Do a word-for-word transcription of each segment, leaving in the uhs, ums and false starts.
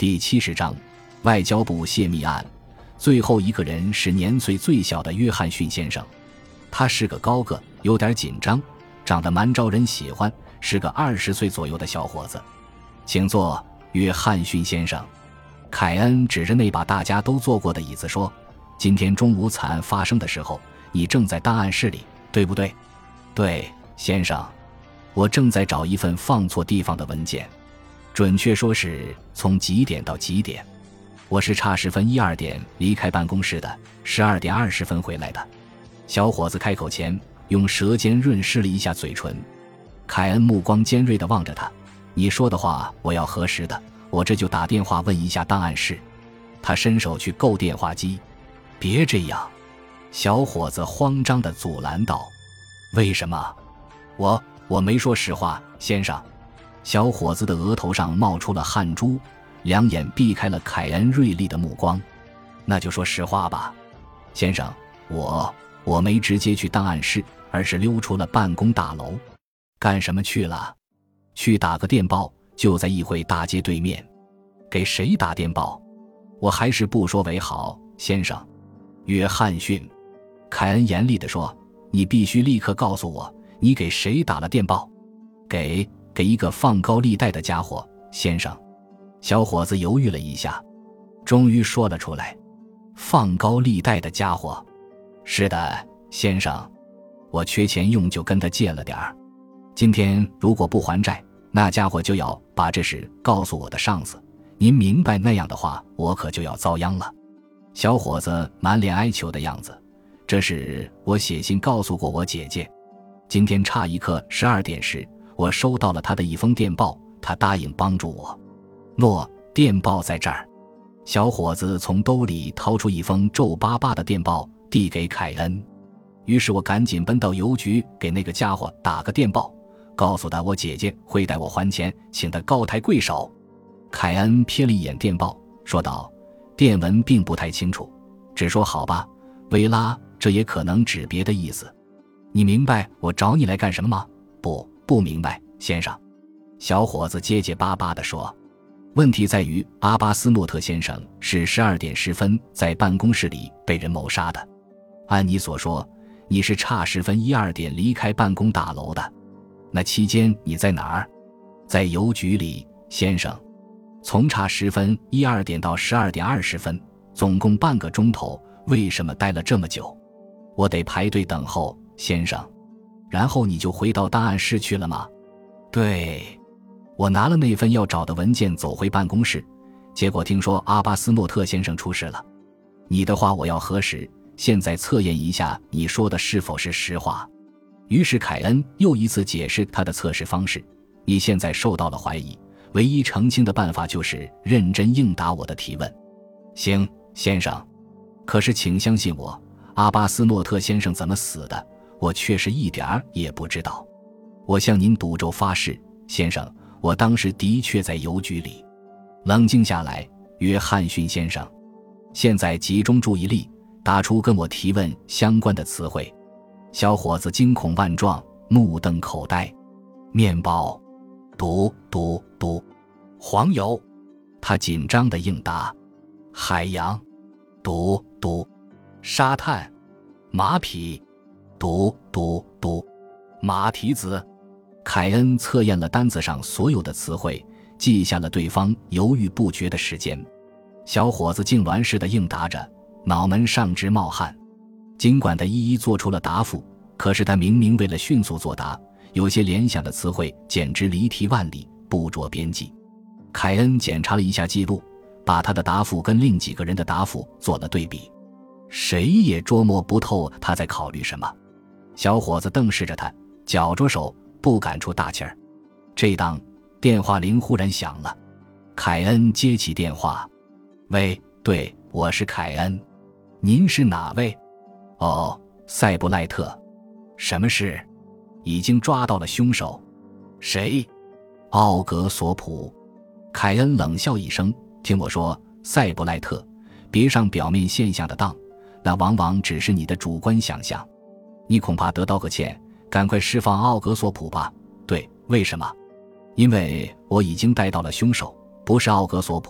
第七十章，外交部泄密案。最后一个人是年岁最小的约翰逊先生，他是个高个，有点紧张，长得蛮招人喜欢，是个二十岁左右的小伙子。请坐，约翰逊先生。凯恩指着那把大家都坐过的椅子说，今天中午惨案发生的时候，你正在档案室里，对不对？对，先生。我正在找一份放错地方的文件，准确说是从几点到几点。我是差十分一二点离开办公室的，十二点二十分回来的。小伙子开口前用舌尖润湿了一下嘴唇。凯恩目光尖锐地望着他，你说的话我要核实的，我这就打电话问一下档案室。他伸手去够电话机。别这样，小伙子慌张地阻拦道。为什么？我我没说实话，先生。小伙子的额头上冒出了汗珠，两眼避开了凯恩锐利的目光。那就说实话吧，先生，我我没直接去档案室，而是溜出了办公大楼。干什么去了？去打个电报，就在议会大街对面。给谁打电报？我还是不说为好，先生。约翰逊，凯恩严厉地说，你必须立刻告诉我，你给谁打了电报？给给一个放高利贷的家伙，先生。小伙子犹豫了一下，终于说了出来。放高利贷的家伙？是的，先生。我缺钱用，就跟他借了点儿。今天如果不还债，那家伙就要把这事告诉我的上司。您明白，那样的话我可就要遭殃了。小伙子满脸哀求的样子。这是我写信告诉过我姐姐。今天差一刻十二点时，我收到了他的一封电报，他答应帮助我。诺，电报在这儿。小伙子从兜里掏出一封皱巴巴的电报，递给凯恩。于是我赶紧奔到邮局，给那个家伙打个电报，告诉他我姐姐会代我还钱，请他高抬贵手。凯恩瞥了一眼电报，说道，电文并不太清楚，只说好吧，维拉，这也可能指别的意思。你明白我找你来干什么吗？不，不明白，先生。小伙子结结巴巴地说。问题在于阿巴斯诺特先生是十二点十分在办公室里被人谋杀的。按你所说，你是差十分一二点离开办公大楼的。那期间你在哪儿？在邮局里，先生。从差十分一二点到十二点二十分，总共半个钟头，为什么待了这么久？我得排队等候，先生。然后你就回到档案室去了吗？对。我拿了那份要找的文件走回办公室，结果听说阿巴斯诺特先生出事了。你的话我要核实，现在测验一下你说的是否是实话。于是凯恩又一次解释他的测试方式。你现在受到了怀疑，唯一澄清的办法就是认真应答我的提问。行，先生。可是请相信我，阿巴斯诺特先生怎么死的，我确实一点儿也不知道。我向您赌咒发誓，先生，我当时的确在邮局里。冷静下来，约翰逊先生。现在集中注意力，打出跟我提问相关的词汇。小伙子惊恐万状，目瞪口呆。面包，读读读。黄油，他紧张地应答。海洋，读读。沙滩，马匹，读读读。马蹄子。凯恩测验了单子上所有的词汇，记下了对方犹豫不决的时间。小伙子痉挛似的应答着，脑门上直冒汗。尽管他一一做出了答复，可是他明明为了迅速作答，有些联想的词汇简直离题万里，不着边际。凯恩检查了一下记录，把他的答复跟另几个人的答复做了对比，谁也捉摸不透他在考虑什么。小伙子瞪视着他，绞着手，不敢出大气儿。这当电话铃忽然响了，凯恩接起电话。喂，对，我是凯恩。您是哪位？哦，塞布赖特。什么事？已经抓到了凶手。谁？奥格索普。凯恩冷笑一声，听我说，塞布赖特，别上表面现象的当，那往往只是你的主观想象。你恐怕得到个歉，赶快释放奥格索普吧。对，为什么？因为我已经带到了凶手，不是奥格索普，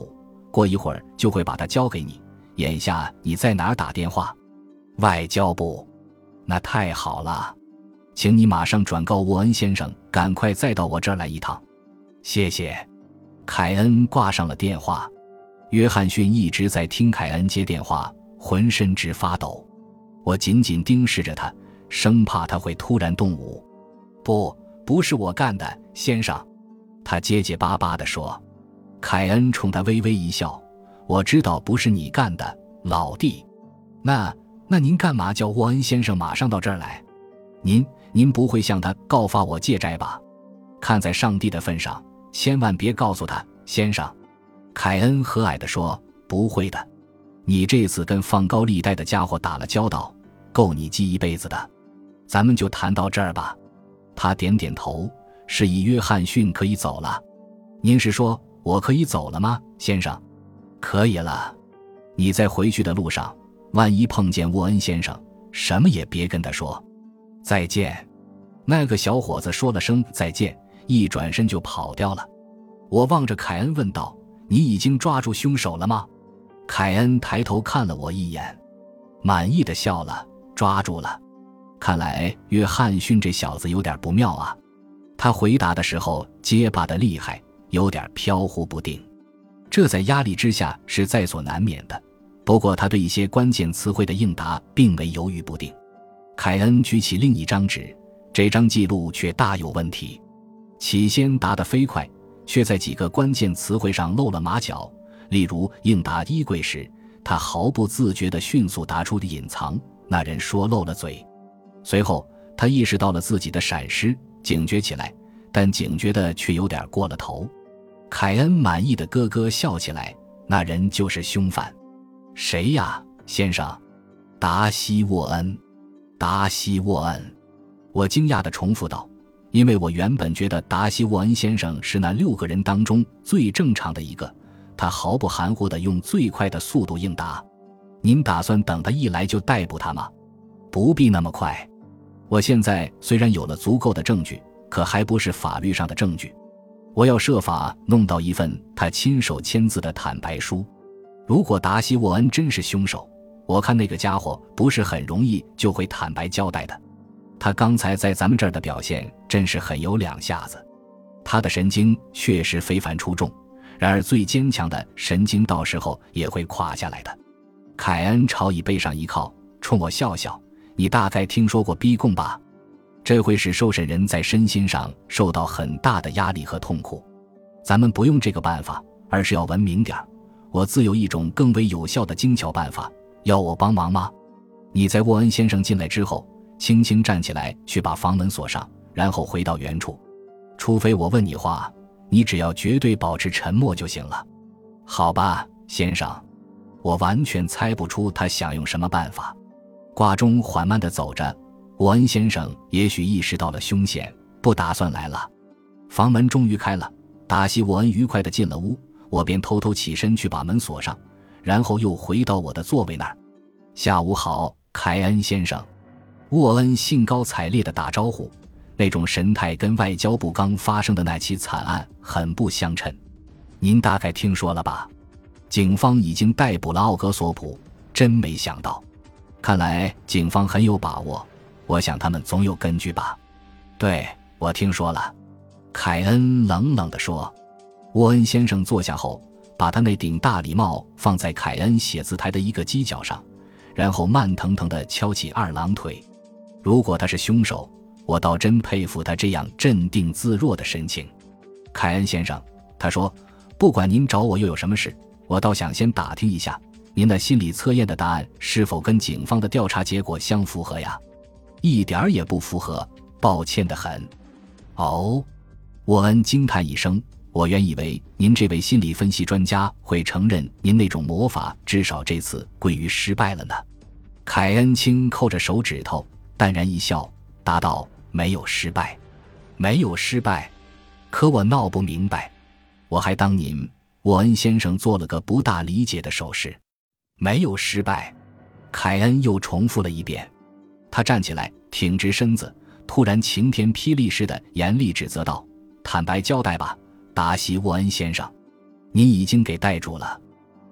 过一会儿就会把它交给你。眼下你在哪儿打电话？外交部。那太好了，请你马上转告沃恩先生，赶快再到我这儿来一趟。谢谢。凯恩挂上了电话。约翰逊一直在听凯恩接电话，浑身直发抖。我紧紧盯视着他，生怕他会突然动武。不，不是我干的，先生。他结结巴巴地说。凯恩冲他微微一笑，我知道不是你干的，老弟。那那您干嘛叫沃恩先生马上到这儿来？您您不会向他告发我借债吧？看在上帝的份上，千万别告诉他，先生。凯恩和蔼地说，不会的。你这次跟放高利贷的家伙打了交道，够你记一辈子的。咱们就谈到这儿吧。他点点头，示意约翰逊可以走了。您是说我可以走了吗，先生？可以了。你在回去的路上，万一碰见沃恩先生，什么也别跟他说。再见。那个小伙子说了声再见，一转身就跑掉了。我望着凯恩问道，你已经抓住凶手了吗？凯恩抬头看了我一眼，满意的笑了，抓住了。看来约翰逊这小子有点不妙啊。他回答的时候结巴得厉害，有点飘忽不定。这在压力之下是在所难免的，不过他对一些关键词汇的应答并未犹豫不定。凯恩举起另一张纸，这张记录却大有问题。起先答得飞快，却在几个关键词汇上露了马脚。例如应答衣柜时，他毫不自觉地迅速答出的隐藏，那人说漏了嘴。随后他意识到了自己的闪失，警觉起来，但警觉的却有点过了头。凯恩满意的咯咯笑起来，那人就是凶犯。谁呀，先生？达西沃恩。达西沃恩。我惊讶地重复道，因为我原本觉得达西沃恩先生是那六个人当中最正常的一个。他毫不含糊地用最快的速度应答。您打算等他一来就逮捕他吗？不必那么快。我现在虽然有了足够的证据，可还不是法律上的证据。我要设法弄到一份他亲手签字的坦白书。如果达西沃恩真是凶手，我看那个家伙不是很容易就会坦白交代的。他刚才在咱们这儿的表现真是很有两下子。他的神经确实非凡出众，然而最坚强的神经到时候也会垮下来的。凯恩朝椅背上一靠，冲我笑笑，你大概听说过逼供吧？这会使受审人在身心上受到很大的压力和痛苦。咱们不用这个办法，而是要文明点。我自有一种更为有效的精巧办法，要我帮忙吗？你在沃恩先生进来之后，轻轻站起来去把房门锁上，然后回到原处。除非我问你话，你只要绝对保持沉默就行了。好吧，先生。我完全猜不出他想用什么办法。挂钟缓慢地走着，沃恩先生也许意识到了凶险，不打算来了。房门终于开了，达西沃恩愉快地进了屋，我便偷偷起身去把门锁上，然后又回到我的座位那儿。下午好，凯恩先生。沃恩兴高采烈地打招呼，那种神态跟外交部刚发生的那起惨案很不相称。您大概听说了吧？警方已经逮捕了奥格索普，真没想到。看来警方很有把握，我想他们总有根据吧。对，我听说了。凯恩冷冷地说。沃恩先生坐下后，把他那顶大礼帽放在凯恩写字台的一个犄角上，然后慢腾腾地敲起二郎腿。如果他是凶手，我倒真佩服他这样镇定自若的神情。凯恩先生，他说，不管您找我又有什么事，我倒想先打听一下，您的心理测验的答案是否跟警方的调查结果相符合呀？一点儿也不符合，抱歉得很。哦，沃恩惊叹一声，我原以为您这位心理分析专家会承认您那种魔法至少这次归于失败了呢。凯恩轻扣着手指头，淡然一笑，答道，没有失败。没有失败？可我闹不明白。我还当您……沃恩先生做了个不大理解的手势。没有失败。凯恩又重复了一遍。他站起来，挺直身子，突然晴天霹雳似的严厉指责道，坦白交代吧，达西沃恩先生，您已经给逮住了。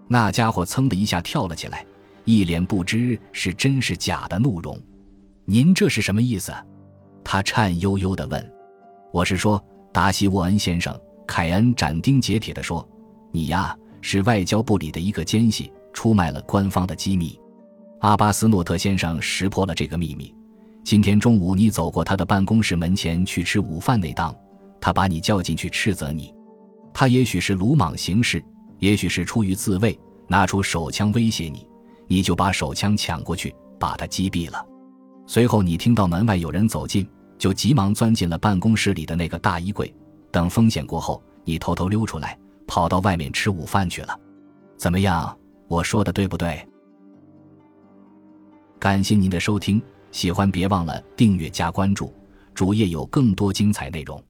那家伙噌的一下跳了起来，一脸不知是真是假的怒容。您这是什么意思？他颤悠悠地问。我是说，达西沃恩先生，凯恩斩钉截铁地说，你呀，是外交部里的一个奸细，出卖了官方的机密。阿巴斯诺特先生识破了这个秘密。今天中午你走过他的办公室门前去吃午饭那当，他把你叫进去斥责你。他也许是鲁莽行事，也许是出于自卫，拿出手枪威胁你，你就把手枪抢过去，把他击毙了。随后你听到门外有人走近，就急忙钻进了办公室里的那个大衣柜，等风险过后，你偷偷溜出来，跑到外面吃午饭去了。怎么样，我说的对不对？感谢您的收听，喜欢别忘了订阅加关注，主页有更多精彩内容。